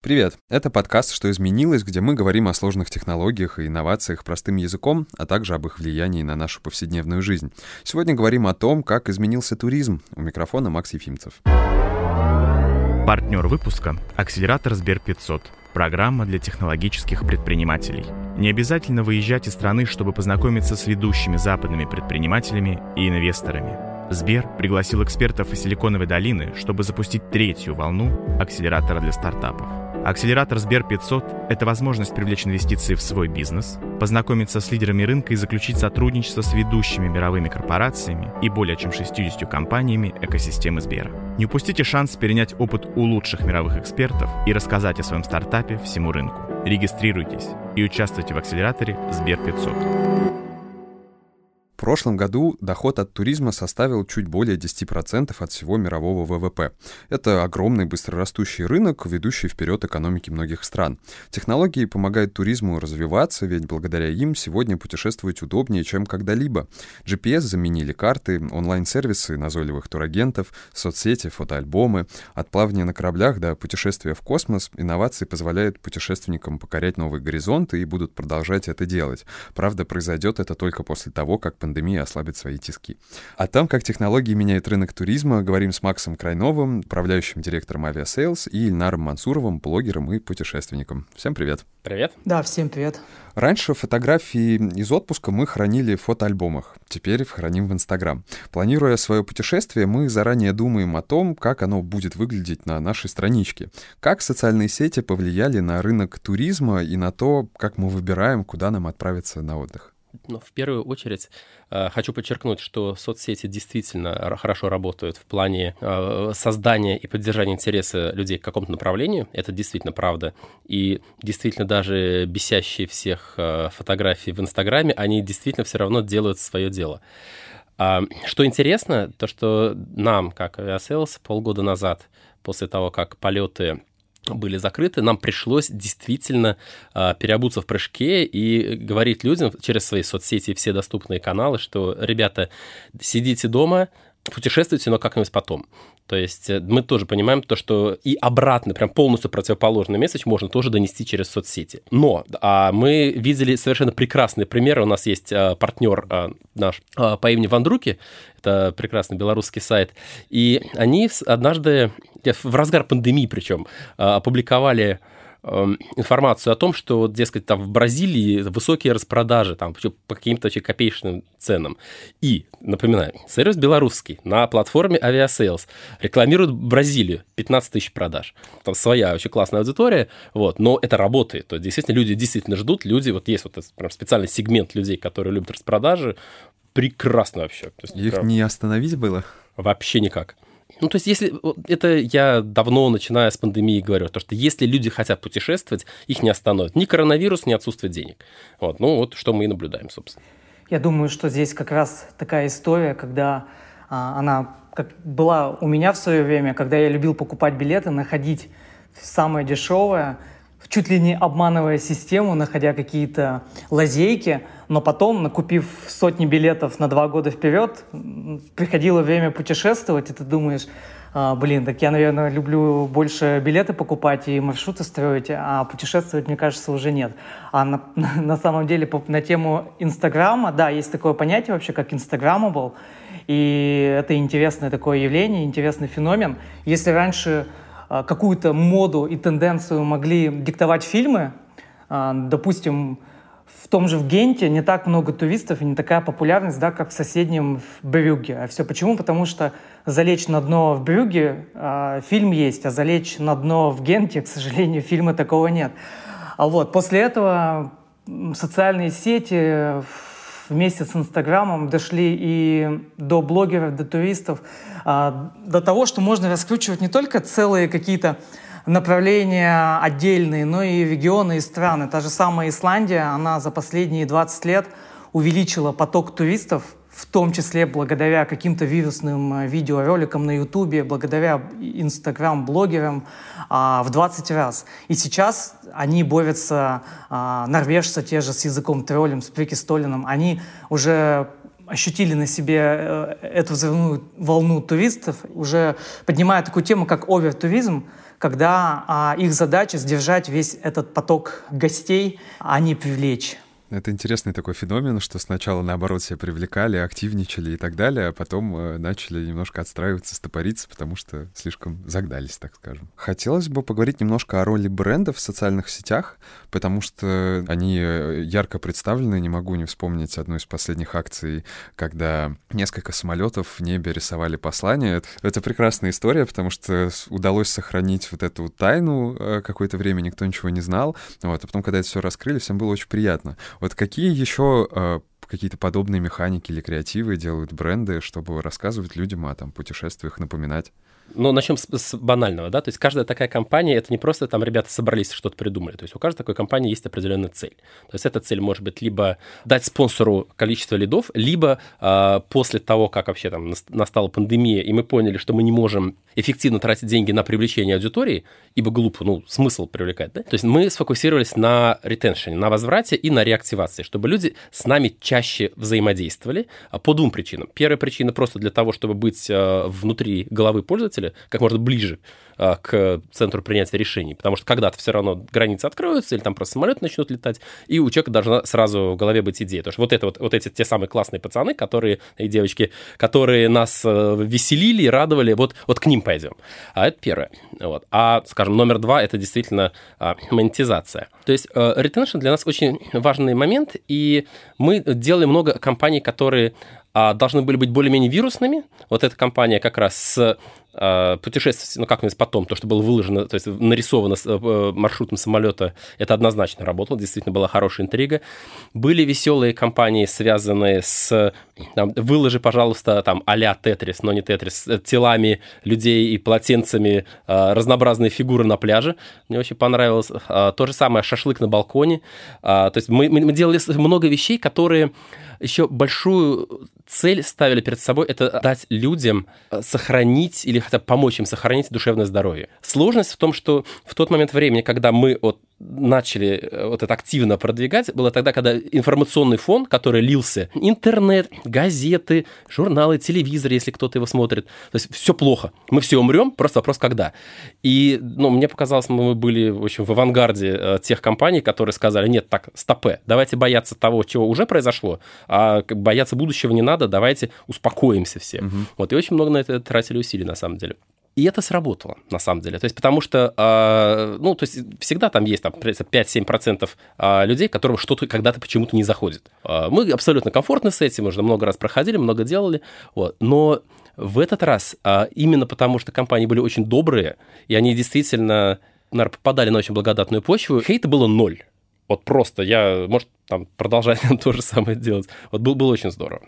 Привет! Это подкаст «Что изменилось?», где мы говорим о сложных технологиях и инновациях простым языком, а также об их влиянии на нашу повседневную жизнь. Сегодня говорим о том, как изменился туризм. У микрофона Макс Ефимцев. Партнер выпуска – акселератор Сбер500. Программа для технологических предпринимателей. Не обязательно выезжать из страны, чтобы познакомиться с ведущими западными предпринимателями и инвесторами. Сбер пригласил экспертов из Силиконовой долины, чтобы запустить третью волну акселератора для стартапов. Акселератор Сбер500 – это возможность привлечь инвестиции в свой бизнес, познакомиться с лидерами рынка и заключить сотрудничество с ведущими мировыми корпорациями и более чем 60 компаниями экосистемы Сбера. Не упустите шанс перенять опыт у лучших мировых экспертов и рассказать о своем стартапе всему рынку. Регистрируйтесь и участвуйте в акселераторе Сбер500. В прошлом году доход от туризма составил чуть более 10% от всего мирового ВВП. Это огромный быстрорастущий рынок, ведущий вперед экономики многих стран. Технологии помогают туризму развиваться, ведь благодаря им сегодня путешествовать удобнее, чем когда-либо. GPS заменили карты, онлайн-сервисы назойливых турагентов, соцсети, фотоальбомы. От плавания на кораблях до путешествия в космос инновации позволяют путешественникам покорять новые горизонты и будут продолжать это делать. Правда, произойдет это только после того, как пандемия ослабит свои тиски. О том, как технологии меняют рынок туризма, говорим с Максом Крайновым, управляющим директором Aviasales, и Ильнаром Мансуровым, блогером и путешественником. Всем привет. Привет. Да, всем привет. Раньше фотографии из отпуска мы хранили в фотоальбомах, теперь храним в Инстаграм. Планируя свое путешествие, мы заранее думаем о том, как оно будет выглядеть на нашей страничке. Как социальные сети повлияли на рынок туризма и на то, как мы выбираем, куда нам отправиться на отдых? Но в первую очередь хочу подчеркнуть, что соцсети действительно хорошо работают в плане создания и поддержания интереса людей к какому-то направлению. Это действительно правда. И действительно даже бесящие всех фотографии в Инстаграме, они действительно все равно делают свое дело. Что интересно, то что нам, как Aviasales, полгода назад, после того, как полеты были закрыты, нам пришлось действительно переобуться в прыжке и говорить людям через свои соцсети и все доступные каналы, что, ребята, сидите дома, путешествуйте, но как-нибудь потом. То есть мы тоже понимаем то, что и обратно, прям полностью противоположный месседж можно тоже донести через соцсети. Но мы видели совершенно прекрасные примеры. У нас есть партнер наш по имени Вандруки, это прекрасный белорусский сайт, и они однажды, в разгар пандемии причем, опубликовали информацию о том, что, дескать, там в Бразилии высокие распродажи, там по каким-то очень копеечным ценам. И, напоминаю, сервис белорусский на платформе Aviasales рекламирует Бразилию, 15 тысяч продаж. Там своя очень классная аудитория, вот, но это работает. То есть, действительно, люди действительно ждут, люди, вот есть вот этот прям специальный сегмент людей, которые любят распродажи, прекрасно вообще. То есть, их прям не остановить было? Вообще никак. Ну, то есть, если... Это я давно, начиная с пандемии, говорю, то, что если люди хотят путешествовать, их не остановит ни коронавирус, ни отсутствие денег. Вот. Ну, вот что мы и наблюдаем, собственно. Я думаю, что здесь как раз такая история, когда она как была у меня в свое время, когда я любил покупать билеты, находить самое дешевое, чуть ли не обманывая систему, находя какие-то лазейки, но потом, накупив сотни билетов на 2 года вперед, приходило время путешествовать, и ты думаешь, так я, наверное, люблю больше билеты покупать и маршруты строить, а путешествовать, мне кажется, уже нет. А на самом деле на тему Инстаграма, да, есть такое понятие вообще, как Instagrammable, и это интересное такое явление, интересный феномен. Если раньше какую-то моду и тенденцию могли диктовать фильмы, допустим, в том же в Генте не так много туристов и не такая популярность, да, как в соседнем в Брюгге. А все почему? Потому что залечь на дно в Брюгге фильм есть, а залечь на дно в Генте, к сожалению, фильма такого нет. После этого социальные сети вместе с Инстаграмом дошли и до блогеров, до туристов, до того, что можно раскручивать не только целые какие-то направления отдельные, но и регионы и страны. Та же самая Исландия, она за последние 20 лет увеличила поток туристов, в том числе благодаря каким-то вирусным видеороликам на Ютубе, благодаря Инстаграм-блогерам в 20 раз. И сейчас они борются, норвежцы те же с языком троллем, с Прикистолином, они уже ощутили на себе эту взрывную волну туристов, уже поднимая такую тему, как овертуризм, когда их задача сдержать весь этот поток гостей, а не привлечь. Это интересный такой феномен, что сначала, наоборот, себя привлекали, активничали и так далее, а потом начали немножко отстраиваться, стопориться, потому что слишком загнались, так скажем. Хотелось бы поговорить немножко о роли брендов в социальных сетях, потому что они ярко представлены. Не могу не вспомнить одну из последних акций, когда несколько самолетов в небе рисовали послание. Это прекрасная история, потому что удалось сохранить вот эту тайну какое-то время, никто ничего не знал. Вот. А потом, когда это все раскрыли, всем было очень приятно. Вот какие еще какие-то подобные механики или креативы делают бренды, чтобы рассказывать людям о путешествиях, напоминать? Но начнем с банального, да, то есть каждая такая компания, это не просто там ребята собрались, что-то придумали, то есть у каждой такой компании есть определенная цель. То есть эта цель может быть либо дать спонсору количество лидов, либо после того, как вообще там настала пандемия, и мы поняли, что мы не можем эффективно тратить деньги на привлечение аудитории, ибо глупо, смысл привлекать, да, то есть мы сфокусировались на ретеншене, на возврате и на реактивации, чтобы люди с нами чаще взаимодействовали по двум причинам. Первая причина просто для того, чтобы быть внутри головы пользователя, как можно ближе к центру принятия решений, потому что когда-то все равно границы откроются, или там просто самолеты начнут летать, и у человека должна сразу в голове быть идея. Потому что вот эти те самые классные пацаны, и девочки, которые нас веселили и радовали, вот к ним пойдем. Это первое. Вот. А, скажем, номер два — это действительно монетизация. То есть ретеншн для нас очень важный момент, и мы делали много компаний, которые должны были быть более-менее вирусными. Вот эта компания как раз с путешествие, как потом, то, что было выложено, то есть нарисовано маршрутом самолета, это однозначно работало, действительно была хорошая интрига. Были веселые компании, связанные с выложи, пожалуйста, а-ля Тетрис, но не Тетрис, телами людей и полотенцами разнообразные фигуры на пляже. Мне очень понравилось. То же самое шашлык на балконе. То есть мы делали много вещей, которые еще большую цель ставили перед собой, это дать людям сохранить или хотя бы помочь им сохранить душевное здоровье. Сложность в том, что в тот момент времени, когда мы начали это активно продвигать, было тогда, когда информационный фон, который лился, интернет, газеты, журналы, телевизор, если кто-то его смотрит, то есть все плохо, мы все умрем, просто вопрос когда. И мне показалось, мы были в общем в авангарде тех компаний, которые сказали: нет, так, стопэ, давайте бояться того, чего уже произошло, а бояться будущего не надо, давайте успокоимся все. И очень много на это тратили усилий, на самом деле. И это сработало, на самом деле. То есть, потому что, то есть всегда там есть 5-7% людей, которым что-то когда-то почему-то не заходит. Мы абсолютно комфортны с этим, уже много раз проходили, много делали. Но в этот раз, именно потому что компании были очень добрые, и они действительно, наверное, попадали на очень благодатную почву, хейта было 0. Просто может, продолжать то же самое делать. Было очень здорово.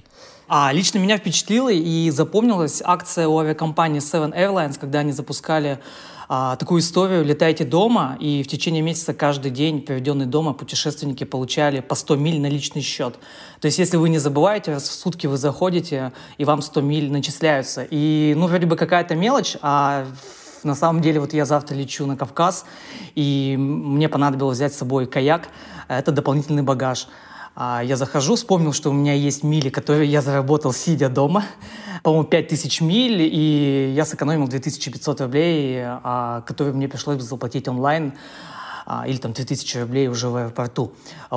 Лично меня впечатлила и запомнилась акция у авиакомпании Seven Airlines, когда они запускали такую историю «Летайте дома», и в течение месяца каждый день, проведенный дома, путешественники получали по 100 миль на личный счет. То есть если вы не забываете, раз в сутки вы заходите, и вам 100 миль начисляются. И, вроде бы какая-то мелочь, а на самом деле, я завтра лечу на Кавказ, и мне понадобилось взять с собой каяк. Это дополнительный багаж. Я захожу, вспомнил, что у меня есть мили, которые я заработал, сидя дома. По-моему, 5000 миль, и я сэкономил 2500 рублей, которые мне пришлось бы заплатить онлайн. Или 2000 рублей уже в аэропорту.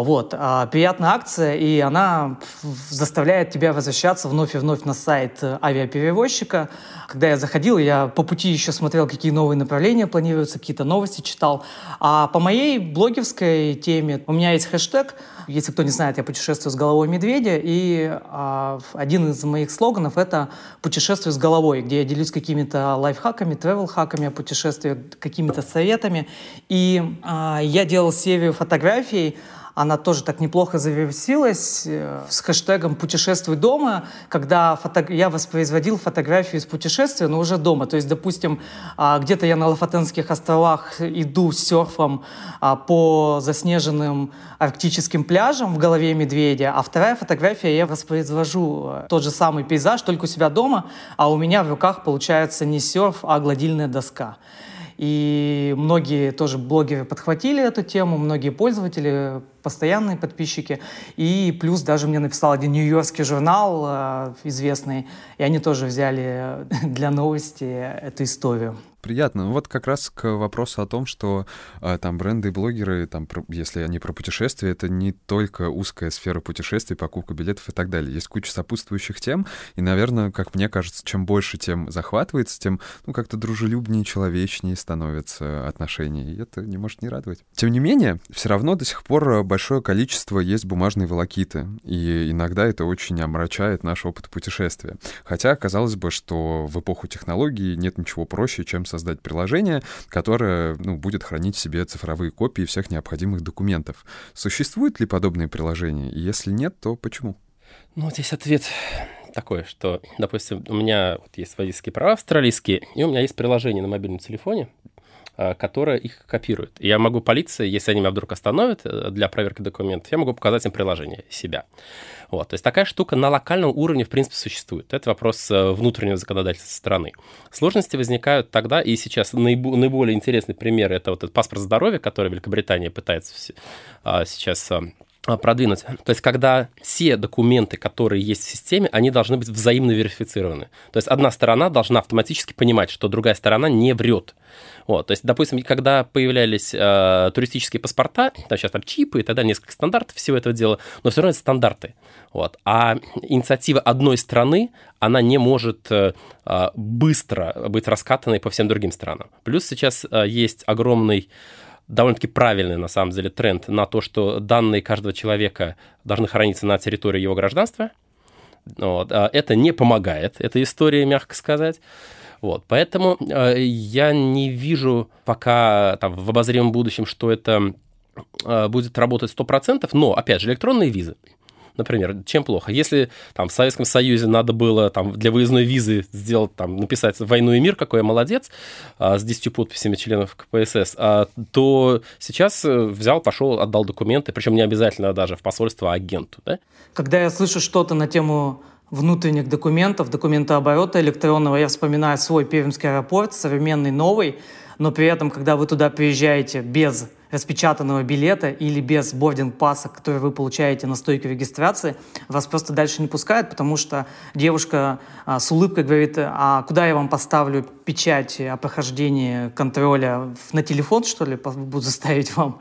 Приятная акция, и она заставляет тебя возвращаться вновь и вновь на сайт авиаперевозчика. Когда я заходил, я по пути еще смотрел, какие новые направления планируются, какие-то новости читал. А по моей блогерской теме у меня есть хэштег. Если кто не знает, я путешествую с головой медведя, и один из моих слоганов — это «Путешествую с головой», где я делюсь какими-то лайфхаками, тревел-хаками о путешествиях, какими-то советами. И я делал серию фотографий, она тоже так неплохо завирусилась, с хэштегом «Путешествуй дома», когда я воспроизводил фотографию из путешествия, но уже дома. То есть, допустим, где-то я на Лафатенских островах иду серфом по заснеженным арктическим пляжам в голове медведя, а вторая фотография я воспроизвожу тот же самый пейзаж, только у себя дома, а у меня в руках получается не серф, а гладильная доска. И многие тоже блогеры подхватили эту тему, многие пользователи постоянные подписчики. И плюс даже мне написал один нью-йоркский журнал известный, и они тоже взяли для новости эту историю. Приятно. Ну вот как раз к вопросу о том, что там бренды и блогеры, там, если они про путешествия, это не только узкая сфера путешествий, покупка билетов и так далее. Есть куча сопутствующих тем, и, наверное, как мне кажется, чем больше тем захватывается, тем как-то дружелюбнее, человечнее становятся отношения, и это не может не радовать. Тем не менее, все равно до сих пор большое количество есть бумажной волокиты, и иногда это очень омрачает наш опыт путешествия. Хотя, казалось бы, что в эпоху технологий нет ничего проще, чем создать приложение, которое будет хранить в себе цифровые копии всех необходимых документов. Существуют ли подобные приложения? И если нет, то почему? Здесь ответ такой, что, допустим, у меня есть водительские права австралийские, и у меня есть приложение на мобильном телефоне, которое их копирует. И я могу полиции, если они меня вдруг остановят для проверки документов, я могу показать им приложение себя. То есть такая штука на локальном уровне, в принципе, существует. Это вопрос внутреннего законодательства страны. Сложности возникают тогда, и сейчас наиболее интересный пример — это этот паспорт здоровья, который Великобритания пытается сейчас продвинуть. То есть когда все документы, которые есть в системе, они должны быть взаимно верифицированы. То есть одна сторона должна автоматически понимать, что другая сторона не врет. То есть, допустим, когда появлялись туристические паспорта, сейчас там чипы и так далее, несколько стандартов всего этого дела, но все равно это стандарты. А инициатива одной страны, она не может быстро быть раскатанной по всем другим странам. Плюс сейчас есть огромный, довольно-таки правильный, на самом деле, тренд на то, что данные каждого человека должны храниться на территории его гражданства. Это не помогает этой истории, мягко сказать. Поэтому я не вижу пока в обозримом будущем, что это будет работать 100%, но, опять же, электронные визы. Например, чем плохо? Если в Советском Союзе надо было для выездной визы сделать, написать «Войну и мир», какой я молодец, с 10 подписями членов КПСС, то сейчас взял, пошел, отдал документы, причем не обязательно даже в посольство, а агенту. Да? Когда я слышу что-то на тему внутренних документов, документооборота электронного, я вспоминаю свой Пермский аэропорт, современный, новый, но при этом, когда вы туда приезжаете без распечатанного билета или без бординг-пасса, который вы получаете на стойке регистрации, вас просто дальше не пускают, потому что девушка с улыбкой говорит: а куда я вам поставлю печать о прохождении контроля? На телефон, что ли, буду ставить вам?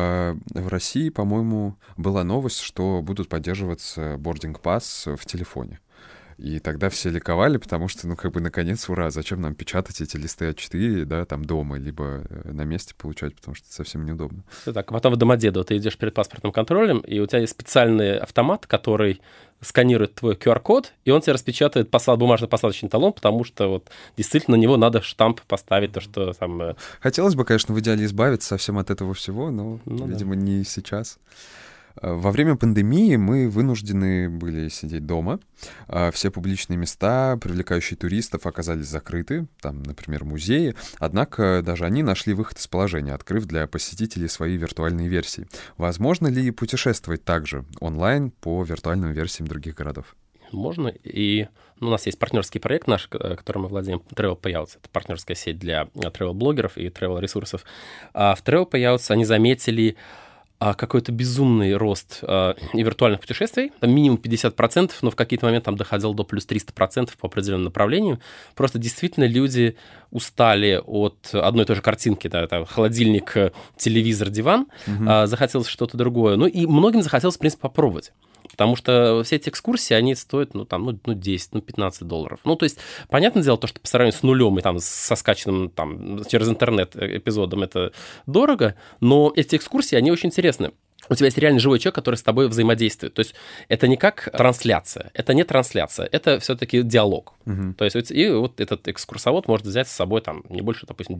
В России, по-моему, была новость, что будут поддерживаться бординг-пасс в телефоне. И тогда все ликовали, потому что, наконец, ура, зачем нам печатать эти листы А4, да, дома, либо на месте получать, потому что это совсем неудобно. Так, а потом в Домодедово ты идешь перед паспортным контролем, и у тебя есть специальный автомат, который сканирует твой QR-код, и он тебе распечатает бумажный посадочный талон, потому что действительно на него надо штамп поставить, то, что там... Хотелось бы, конечно, в идеале избавиться совсем от этого всего, но, видимо, не сейчас. Во время пандемии мы вынуждены были сидеть дома. Все публичные места, привлекающие туристов, оказались закрыты, например, музеи. Однако даже они нашли выход из положения, открыв для посетителей свои виртуальные версии. Возможно ли путешествовать также онлайн по виртуальным версиям других городов? Можно. И у нас есть партнерский проект наш, которым мы владеем, Travel Payouts. Это партнерская сеть для travel-блогеров и travel-ресурсов. В Travel Payouts они заметили какой-то безумный рост и виртуальных путешествий, минимум 50%, но в какие-то моменты доходил до плюс 300% по определенному направлению. Просто действительно люди устали от одной и той же картинки, холодильник, телевизор, диван, захотелось что-то другое. И многим захотелось, в принципе, попробовать. Потому что все эти экскурсии, они стоят, 10, 15 долларов. То есть, понятное дело, то, что по сравнению с нулем и со скачанным через интернет эпизодом это дорого, но эти экскурсии, они очень интересны. У тебя есть реально живой человек, который с тобой взаимодействует. То есть это не как трансляция, это не трансляция, это все-таки диалог. То есть и этот экскурсовод может взять с собой не больше, допустим,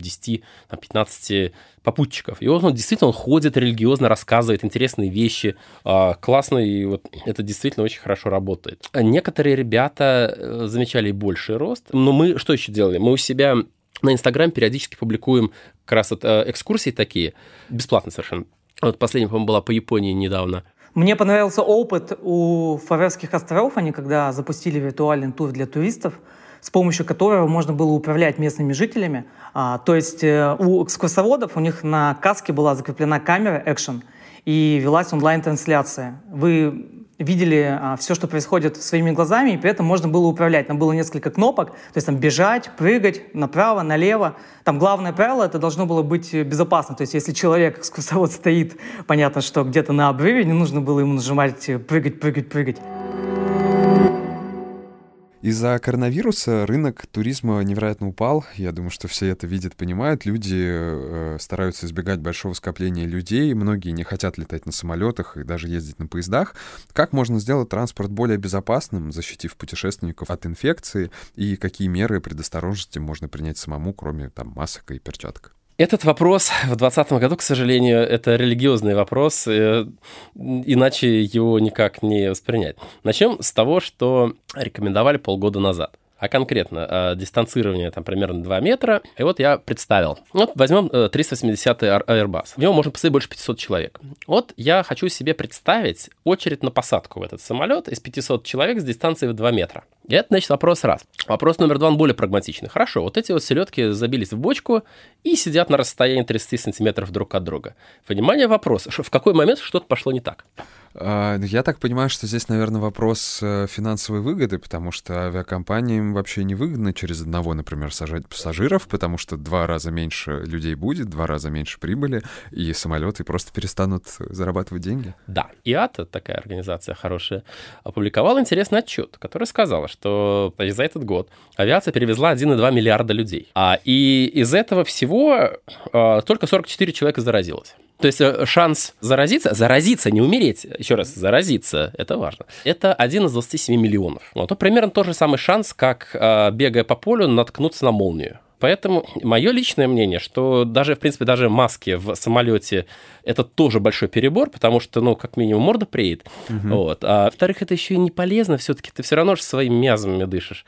10-15 попутчиков. И он действительно ходит религиозно, рассказывает интересные вещи, классно, и это действительно очень хорошо работает. Некоторые ребята замечали больший рост, но мы что еще делали? Мы у себя на Инстаграм периодически публикуем как раз экскурсии такие, бесплатно совершенно. Последняя, по-моему, была по Японии недавно. Мне понравился опыт у Фарерских островов. Они когда запустили виртуальный тур для туристов, с помощью которого можно было управлять местными жителями. То есть у экскурсоводов, у них на каске была закреплена камера экшен, и велась онлайн-трансляция. Вы видели все, что происходит своими глазами, и при этом можно было управлять. Там было несколько кнопок, то есть там бежать, прыгать направо, налево. Там главное правило — это должно было быть безопасно. То есть если человек, экскурсовод, стоит, понятно, что где-то на обрыве, не нужно было ему нажимать прыгать, прыгать, прыгать. Из-за коронавируса рынок туризма невероятно упал. Я думаю, что все это видят, понимают. Люди стараются избегать большого скопления людей. Многие не хотят летать на самолетах и даже ездить на поездах. Как можно сделать транспорт более безопасным, защитив путешественников от инфекции? И какие меры предосторожности можно принять самому, кроме масок и перчаток? Этот вопрос в 2020 году, к сожалению, это религиозный вопрос, иначе его никак не воспринять. Начнем с того, что рекомендовали полгода назад. А конкретно дистанцирование примерно 2 метра. И вот я представил. Вот возьмем 380-й Airbus. В него можно посадить больше 500 человек. Вот я хочу себе представить очередь на посадку в этот самолет из 500 человек с дистанцией в 2 метра. И это, значит, вопрос раз. Вопрос номер 2, он более прагматичный. Хорошо, вот эти вот селедки забились в бочку и сидят на расстоянии 30 сантиметров друг от друга. Внимание, вопрос. В какой момент что-то пошло не так? Я так понимаю, что здесь, наверное, вопрос финансовой выгоды, потому что авиакомпаниям вообще не выгодно через одного, например, сажать пассажиров, потому что 2 раза меньше людей будет, 2 раза меньше прибыли, и самолеты просто перестанут зарабатывать деньги. Да. IATA, такая организация хорошая, опубликовала интересный отчет, который сказал, что за этот год авиация перевезла 1,2 миллиарда людей. И из этого всего только 44 человека заразилось. То есть шанс заразиться, не умереть, еще раз, заразиться, это важно. Это 1 из 27 миллионов. Вот, то примерно тот же самый шанс, как, бегая по полю, наткнуться на молнию. Поэтому мое личное мнение, что даже, в принципе, даже маски в самолете — это тоже большой перебор, потому что, как минимум, морда преет. Вот. А во-вторых, это еще и не полезно все-таки, ты все равно же своими миазмами дышишь.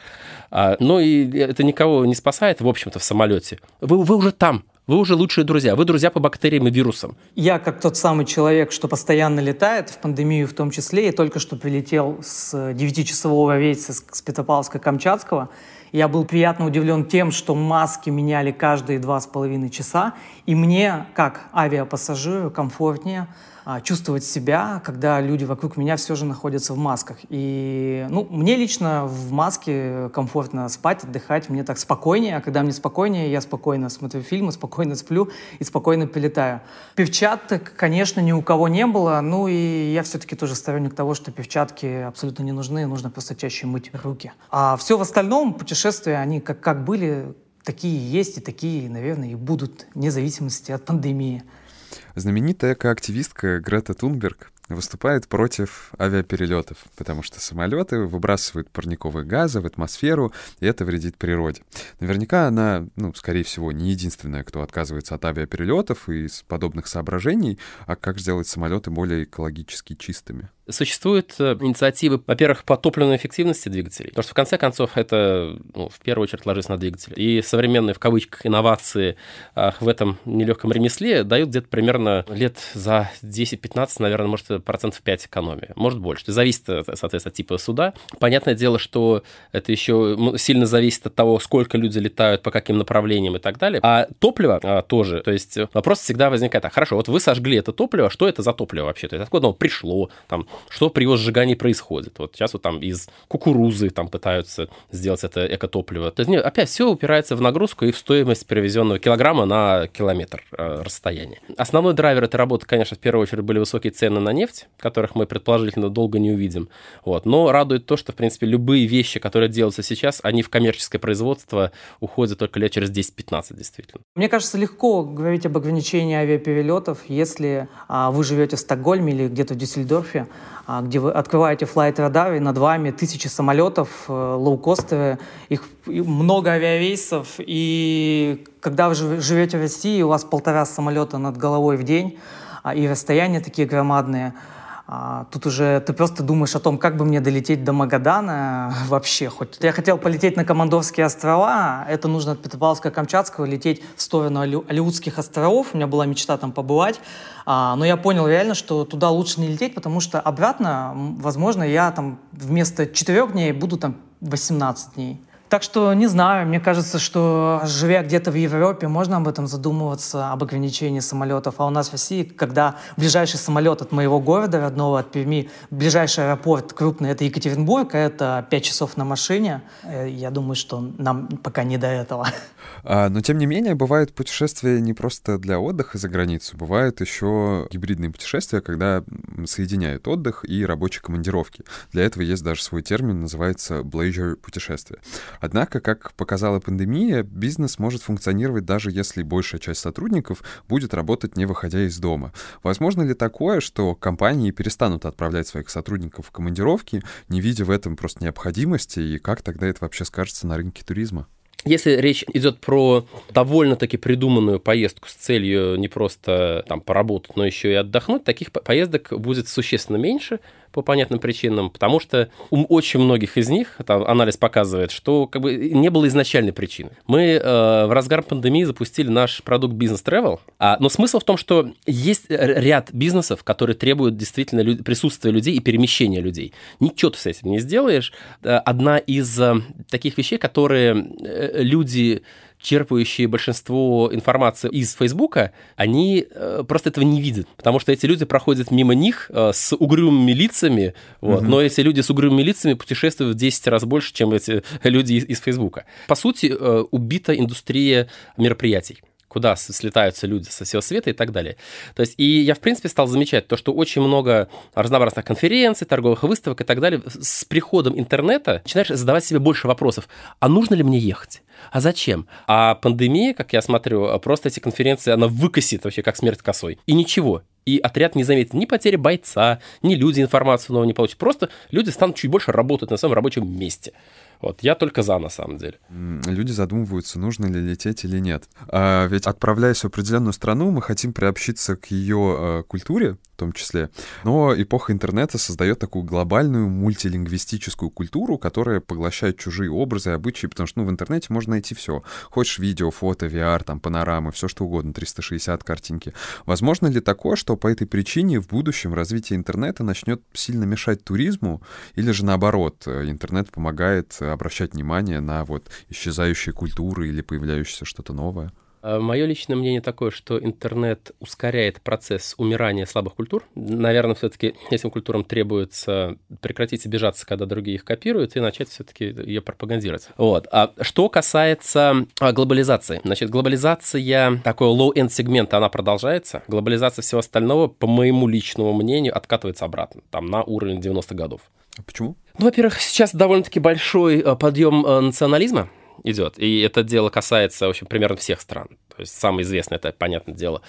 И это никого не спасает, в общем-то, в самолете. Вы уже там. Вы уже лучшие друзья. Вы друзья по бактериям и вирусам. Я, как тот самый человек, что постоянно летает, в пандемию в том числе, и только что прилетел с 9-часового рейса с Петропавловска-Камчатского, я был приятно удивлен тем, что маски меняли каждые 2,5 часа, и мне, как авиапассажиру, комфортнее чувствовать себя, когда люди вокруг меня все же находятся в масках. И, мне лично в маске комфортно спать, отдыхать, мне так спокойнее, а когда мне спокойнее, я спокойно смотрю фильмы, спокойно сплю и спокойно прилетаю. Перчаток, конечно, ни у кого не было, и я все-таки тоже сторонник того, что перчатки абсолютно не нужны, нужно просто чаще мыть руки. А все в остальном, путешествия, они как были, такие есть и такие, наверное, и будут, вне зависимости от пандемии. Знаменитая экоактивистка Грета Тунберг выступает против авиаперелетов, потому что самолеты выбрасывают парниковые газы в атмосферу, и это вредит природе. Наверняка она, скорее всего, не единственная, кто отказывается от авиаперелетов и из подобных соображений, а как сделать самолеты более экологически чистыми. Существуют инициативы, во-первых, по топливной эффективности двигателей, потому что, в конце концов, это, в первую очередь, ложится на двигатель. И современные, в кавычках, инновации в этом нелегком ремесле дают где-то примерно лет за 10-15, наверное, может, 5% экономии, может больше. Это зависит, соответственно, от типа суда. Понятное дело, что это еще сильно зависит от того, сколько люди летают, по каким направлениям и так далее. А топливо тоже, то есть вопрос всегда возникает так: хорошо, вот вы сожгли это топливо, что это за топливо вообще? То есть откуда оно пришло, что при его сжигании происходит? Вот сейчас из кукурузы пытаются сделать это экотопливо. То есть, опять все упирается в нагрузку и в стоимость привезенного килограмма на километр расстояния. Основной драйвер этой работы, конечно, в первую очередь были высокие цены на нефть, которых мы предположительно долго не увидим. Но радует то, что, в принципе, любые вещи, которые делаются сейчас, они в коммерческое производство уходят только лет через 10-15, действительно. Мне кажется, легко говорить об ограничении авиаперелетов, если вы живете в Стокгольме или где-то в Дюссельдорфе, где вы открываете флайт-радар, и над вами тысячи самолетов, лоукостеры, их много авиарейсов, и когда вы живете в России, у вас 1,5 самолета над головой в день, и расстояния такие громадные, тут уже ты просто думаешь о том, как бы мне долететь до Магадана вообще. Хоть я хотел полететь на Командорские острова, это нужно от Петропавловска-Камчатского лететь в сторону Алеутских островов. У меня была мечта там побывать. Но я понял реально, что туда лучше не лететь, потому что обратно, возможно, я вместо 4 дней буду 18 дней. Так что не знаю, мне кажется, что живя где-то в Европе, можно об этом задумываться, об ограничении самолетов. А у нас в России, когда ближайший самолет от моего города родного, от Перми, ближайший аэропорт крупный — это Екатеринбург, а это 5 часов на машине, я думаю, что нам пока не до этого. Но, тем не менее, бывают путешествия не просто для отдыха за границу, бывают еще гибридные путешествия, когда соединяют отдых и рабочие командировки. Для этого есть даже свой термин, называется «bleisure-путешествие». Однако, как показала пандемия, бизнес может функционировать даже если большая часть сотрудников будет работать не выходя из дома. Возможно ли такое, что компании перестанут отправлять своих сотрудников в командировки, не видя в этом просто необходимости, и как тогда это вообще скажется на рынке туризма? Если речь идет про довольно-таки придуманную поездку с целью не просто там поработать, но еще и отдохнуть, таких поездок будет существенно меньше по понятным причинам, потому что у очень многих из них, там, анализ показывает, что как бы не было изначальной причины. Мы в разгар пандемии запустили наш продукт Business Travel, но смысл в том, что есть ряд бизнесов, которые требуют действительно присутствия людей и перемещения людей. Ничего ты с этим не сделаешь. Одна из таких вещей, которые люди, черпающие большинство информации из Фейсбука, они просто этого не видят, потому что эти люди проходят мимо них с угрюмыми лицами, вот, но эти люди с угрюмыми лицами путешествуют в 10 раз больше, чем эти люди из Фейсбука. По сути, убита индустрия мероприятий, куда слетаются люди со всего света и так далее. То есть, и я, в принципе, стал замечать то, что очень много разнообразных конференций, торговых выставок и так далее. С приходом интернета начинаешь задавать себе больше вопросов. А нужно ли мне ехать? А зачем? А пандемия, как я смотрю, просто эти конференции, она выкосит вообще как смерть косой. И ничего. И отряд не заметит ни потери бойца, ни люди информацию новую не получат. Просто люди станут чуть больше работать на своем рабочем месте. Вот, я только за, на самом деле. Люди задумываются, нужно ли лететь или нет. Ведь, отправляясь в определенную страну, мы хотим приобщиться к ее культуре, в том числе. Но эпоха интернета создает такую глобальную мультилингвистическую культуру, которая поглощает чужие образы и обычаи, потому что в интернете можно найти все. Хочешь видео, фото, VR, там, панорамы, все что угодно, 360 картинки. Возможно ли такое, что по этой причине в будущем развитие интернета начнет сильно мешать туризму, или же наоборот, интернет помогает обращать внимание на вот исчезающие культуры или появляющееся что-то новое? Мое личное мнение такое, что интернет ускоряет процесс умирания слабых культур. Наверное, все-таки этим культурам требуется прекратить обижаться, когда другие их копируют, и начать все-таки ее пропагандировать. Вот. А что касается глобализации. Значит, глобализация такого low-end сегмента, она продолжается. Глобализация всего остального, по моему личному мнению, откатывается обратно, там, на уровень 90-х годов. А почему? Ну, во-первых, сейчас довольно-таки большой подъем национализма идет, и это дело касается, в общем, примерно всех стран. То есть самое известное, это, понятное дело,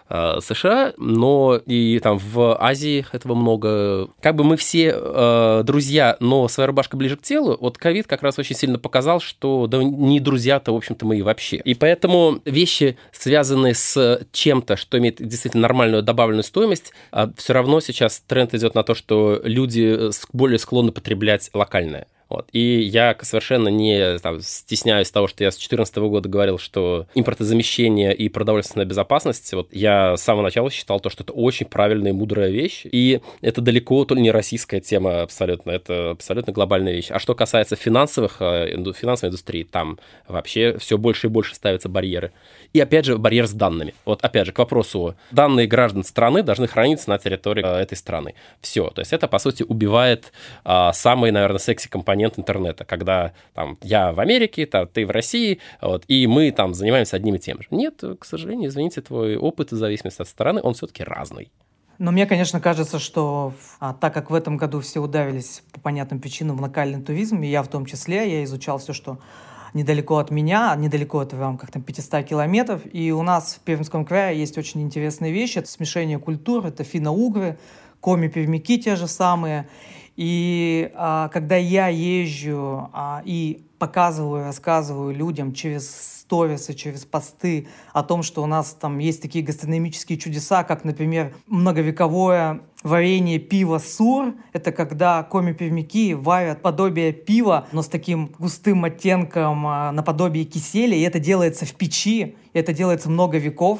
США, но и там в Азии этого много. Как бы мы все друзья, но своя рубашка ближе к телу. Вот ковид как раз очень сильно показал, что да не друзья-то, в общем-то, мы и вообще. И поэтому вещи, связанные с чем-то, что имеет действительно нормальную добавленную стоимость, все равно сейчас тренд идет на то, что люди более склонны потреблять локальное. Вот. И я совершенно не стесняюсь того, что я с 2014 года говорил, что импортозамещение и продовольственная безопасность, вот я с самого начала считал то, что это очень правильная и мудрая вещь, и это далеко то ли не российская тема абсолютно, это абсолютно глобальная вещь. А что касается финансовой индустрии, там вообще все больше и больше ставятся барьеры. И опять же, барьер с данными. Вот опять же, к вопросу, данные граждан страны должны храниться на территории этой страны. Все. То есть это, по сути, убивает самый, наверное, секси-компонент интернета, когда там я в Америке, ты в России, вот, и мы там занимаемся одним и тем же. Нет, к сожалению, извините, твой опыт, в зависимости от страны, он все-таки разный. Но мне, конечно, кажется, что так как в этом году все ударились по понятным причинам в локальный туризм, и я в том числе, я изучал все, что недалеко от меня, недалеко это в рамках 500 километров, и у нас в Пермском крае есть очень интересные вещи, это смешение культур, это финно-угры, коми-пермяки те же самые. И когда я езжу и показываю, рассказываю людям через сторисы, через посты о том, что у нас там есть такие гастрономические чудеса, как, например, многовековое варенье пива сур. Это когда коми-пермяки варят подобие пива, но с таким густым оттенком наподобие киселя, и это делается в печи, это делается много веков.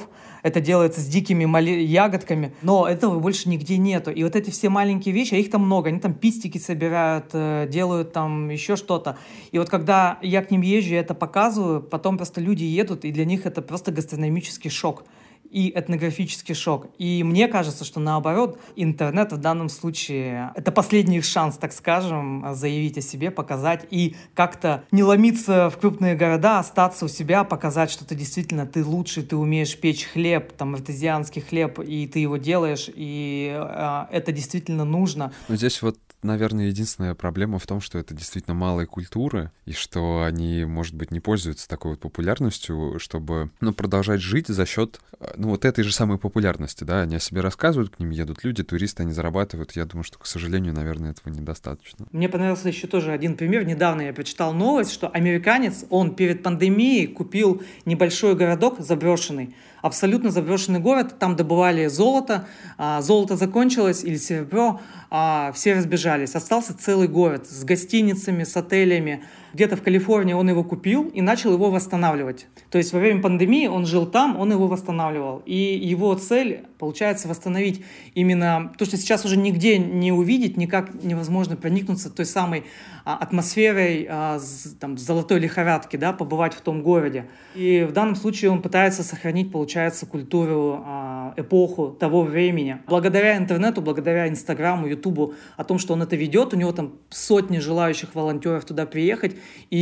это делается с дикими ягодками, но этого больше нигде нету. И вот эти все маленькие вещи, а их там много, они там пистики собирают, делают там еще что-то. И вот когда я к ним езжу, я это показываю, потом просто люди едут, и для них это просто гастрономический шок и этнографический шок. И мне кажется, что наоборот, интернет в данном случае — это последний их шанс, так скажем, заявить о себе, показать и как-то не ломиться в крупные города, остаться у себя, показать, что ты действительно, ты лучший, ты умеешь печь хлеб, там, артезианский хлеб, и ты его делаешь, и это действительно нужно. Но здесь вот, наверное, единственная проблема в том, что это действительно малые культуры, и что они, может быть, не пользуются такой вот популярностью, чтобы, продолжать жить за счет, вот этой же самой популярности, да, они о себе рассказывают, к ним едут люди, туристы, они зарабатывают. Я думаю, что, к сожалению, наверное, этого недостаточно. Мне понравился еще тоже один пример. Недавно я прочитал новость, что американец, он перед пандемией купил небольшой городок заброшенный, абсолютно заброшенный город, там добывали золото, золото закончилось или серебро, все разбежались. Остался целый город с гостиницами, с отелями. Где-то в Калифорнии он его купил и начал его восстанавливать. То есть во время пандемии он жил там, он его восстанавливал. И его цель, получается, восстановить именно то, что сейчас уже нигде не увидеть, никак невозможно проникнуться той самой атмосферой там, золотой лихорадки, да, побывать в том городе. И в данном случае он пытается сохранить, получается, культуру, эпоху того времени. Благодаря интернету, благодаря Инстаграму, Ютубу, о том, что он это ведет, у него там сотни желающих волонтеров туда приехать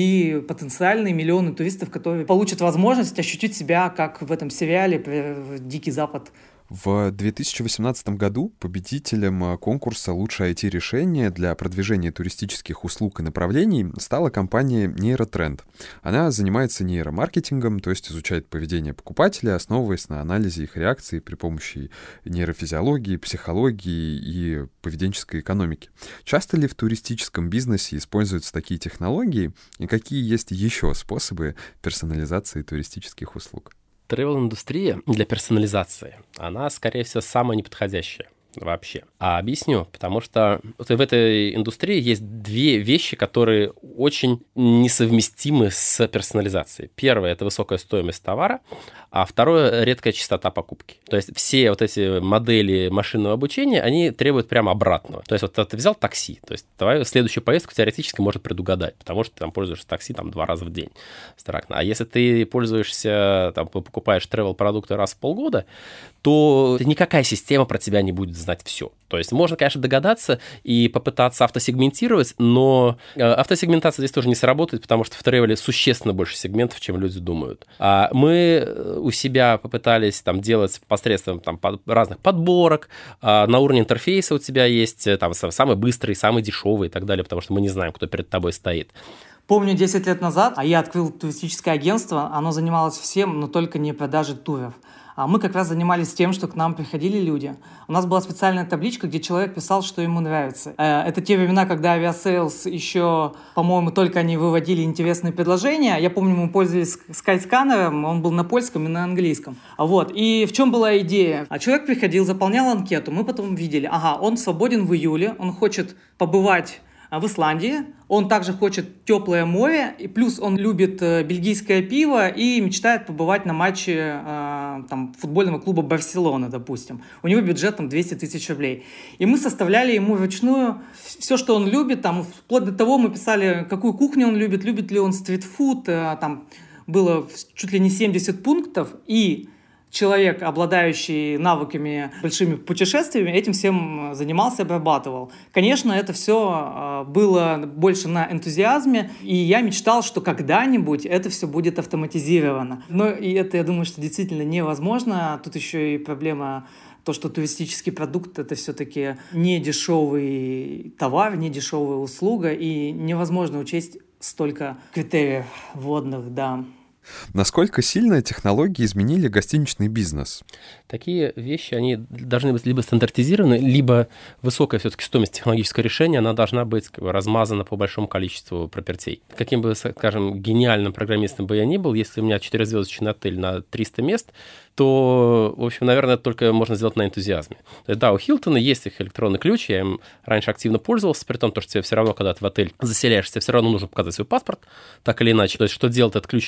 и потенциальные миллионы туристов, которые получат возможность ощутить себя, как в этом сериале «Дикий Запад». В 2018 году победителем конкурса «Лучшее IT-решение для продвижения туристических услуг и направлений» стала компания Нейротренд. Она занимается нейромаркетингом, то есть изучает поведение покупателя, основываясь на анализе их реакций при помощи нейрофизиологии, психологии и поведенческой экономики. Часто ли в туристическом бизнесе используются такие технологии, и какие есть еще способы персонализации туристических услуг? Тревел-индустрия для персонализации, она, скорее всего, самая неподходящая вообще. А объясню, потому что в этой индустрии есть две вещи, которые очень несовместимы с персонализацией. Первое — это высокая стоимость товара, а второе — редкая частота покупки. То есть все вот эти модели машинного обучения, они требуют прямо обратного. То есть вот ты взял такси, то есть твою следующую поездку теоретически может предугадать, потому что ты там пользуешься такси 2 раза в день. Абстрактно. А если ты пользуешься, покупаешь тревел-продукты раз в полгода, то никакая система про тебя не будет знать все. То есть можно, конечно, догадаться и попытаться автосегментировать, но автосегментация здесь тоже не сработает, потому что в тревеле существенно больше сегментов, чем люди думают. А мы у себя попытались делать посредством разных подборок, на уровне интерфейса у тебя есть самый быстрый, самый дешевый и так далее, потому что мы не знаем, кто перед тобой стоит. Помню, 10 лет назад я открыл туристическое агентство, оно занималось всем, но только не продажей туров. Мы как раз занимались тем, что к нам приходили люди. У нас была специальная табличка, где человек писал, что ему нравится. Это те времена, когда Aviasales еще, по-моему, только они выводили интересные предложения. Я помню, мы пользовались скайсканером, он был на польском и на английском. И в чем была идея? Человек приходил, заполнял анкету, мы потом видели, он свободен в июле, он хочет побывать в Исландии, он также хочет теплое море, и плюс он любит бельгийское пиво и мечтает побывать на матче футбольного клуба Барселона, допустим. У него бюджет 200 тысяч рублей. И мы составляли ему вручную все, что он любит, вплоть до того мы писали, какую кухню он любит ли он стритфуд, было чуть ли не 70 пунктов, и человек, обладающий навыками большими путешествиями, этим всем занимался, обрабатывал. Конечно, это все было больше на энтузиазме, и я мечтал, что когда-нибудь это все будет автоматизировано. Но и это, я думаю, что действительно невозможно. Тут еще и проблема то, что туристический продукт — это все-таки не дешевый товар, не дешевая услуга, и невозможно учесть столько критериев вводных, да. Насколько сильно технологии изменили гостиничный бизнес? Такие вещи, они должны быть либо стандартизированы, либо высокая все-таки стоимость технологического решения, она должна быть размазана по большому количеству пропертей. Каким бы, скажем, гениальным программистом бы я ни был, если у меня 4-звездочный отель на 300 мест, то, в общем, наверное, это только можно сделать на энтузиазме. Да, у Хилтона есть их электронный ключ, я им раньше активно пользовался, при том, что тебе все равно, когда ты в отель заселяешься, тебе все равно нужно показать свой паспорт, так или иначе. То есть, что делает этот ключ немножечко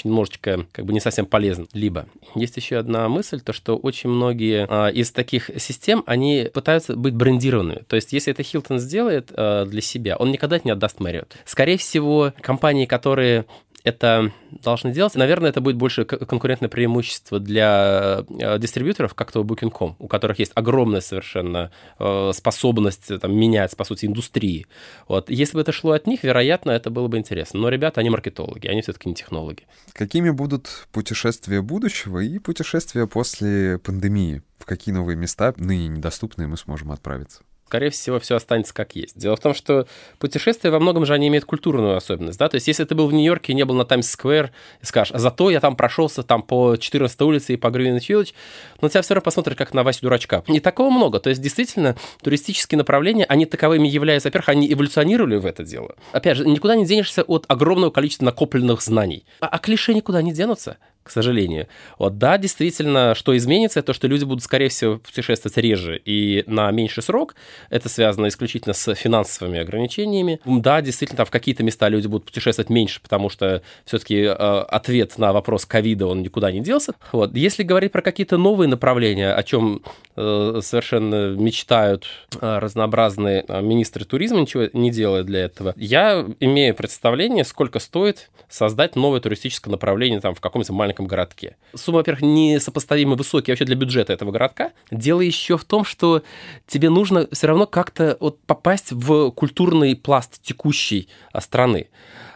немножечко как бы не совсем полезно. Либо есть еще одна мысль, то что очень многие из таких систем, они пытаются быть брендированными. То есть если это Hilton сделает для себя, он никогда это не отдаст Marriott. Скорее всего, компании, которые это должны делать. Наверное, это будет больше конкурентное преимущество для дистрибьюторов, как то Booking.com, у которых есть огромная совершенно способность там, менять, по сути, индустрии. Вот. Если бы это шло от них, вероятно, это было бы интересно. Но ребята, они маркетологи, они все-таки не технологи. Какими будут путешествия будущего и путешествия после пандемии? В какие новые места, ныне недоступные, мы сможем отправиться? Скорее всего, все останется как есть. Дело в том, что путешествия во многом же они имеют культурную особенность, да, то есть если ты был в Нью-Йорке и не был на Таймс-сквер, и скажешь, а зато я там прошелся там по 14-й улице и по Гринвич-Виллидж, но тебя все равно посмотрят как на Васю-дурачка. И такого много, то есть действительно туристические направления, они таковыми являются, во-первых, они эволюционировали в это дело. Опять же, никуда не денешься от огромного количества накопленных знаний, а клише никуда не денутся, к сожалению. Вот, да, действительно, что изменится, то, что люди будут, скорее всего, путешествовать реже и на меньший срок. Это связано исключительно с финансовыми ограничениями. Да, действительно, там в какие-то места люди будут путешествовать меньше, потому что все-таки ответ на вопрос ковида, он никуда не делся. Вот. Если говорить про какие-то новые направления, о чем совершенно мечтают разнообразные министры туризма, ничего не делая для этого, я имею представление, сколько стоит создать новое туристическое направление там в каком-то маленьком городке. Сумма, во-первых, несопоставимо высокие вообще для бюджета этого городка. Дело еще в том, что тебе нужно все равно как-то вот попасть в культурный пласт текущей страны.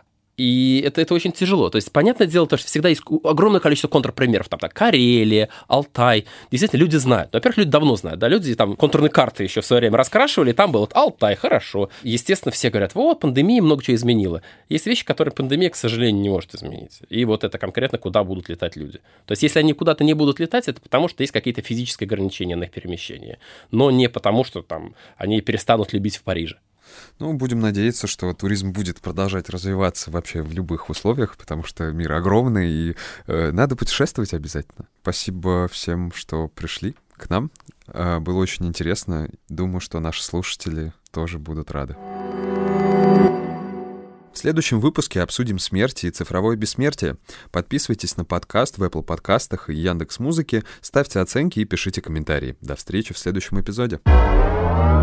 И это очень тяжело. То есть, понятное дело, что всегда есть огромное количество контрпримеров. Там, Карелия, Алтай. Действительно, люди знают. Во-первых, люди давно знают. Да? Люди там контурные карты еще в свое время раскрашивали, и там был вот Алтай, хорошо. Естественно, все говорят, вот, пандемия много чего изменила. Есть вещи, которые пандемия, к сожалению, не может изменить. И вот это конкретно, куда будут летать люди. То есть, если они куда-то не будут летать, это потому, что есть какие-то физические ограничения на их перемещение. Но не потому, что там они перестанут любить в Париже. Ну, будем надеяться, что туризм будет продолжать развиваться вообще в любых условиях, потому что мир огромный, и надо путешествовать обязательно. Спасибо всем, что пришли к нам. Было очень интересно. Думаю, что наши слушатели тоже будут рады. В следующем выпуске обсудим смерть и цифровое бессмертие. Подписывайтесь на подкаст в Apple подкастах и Яндекс.Музыке, ставьте оценки и пишите комментарии. До встречи в следующем эпизоде.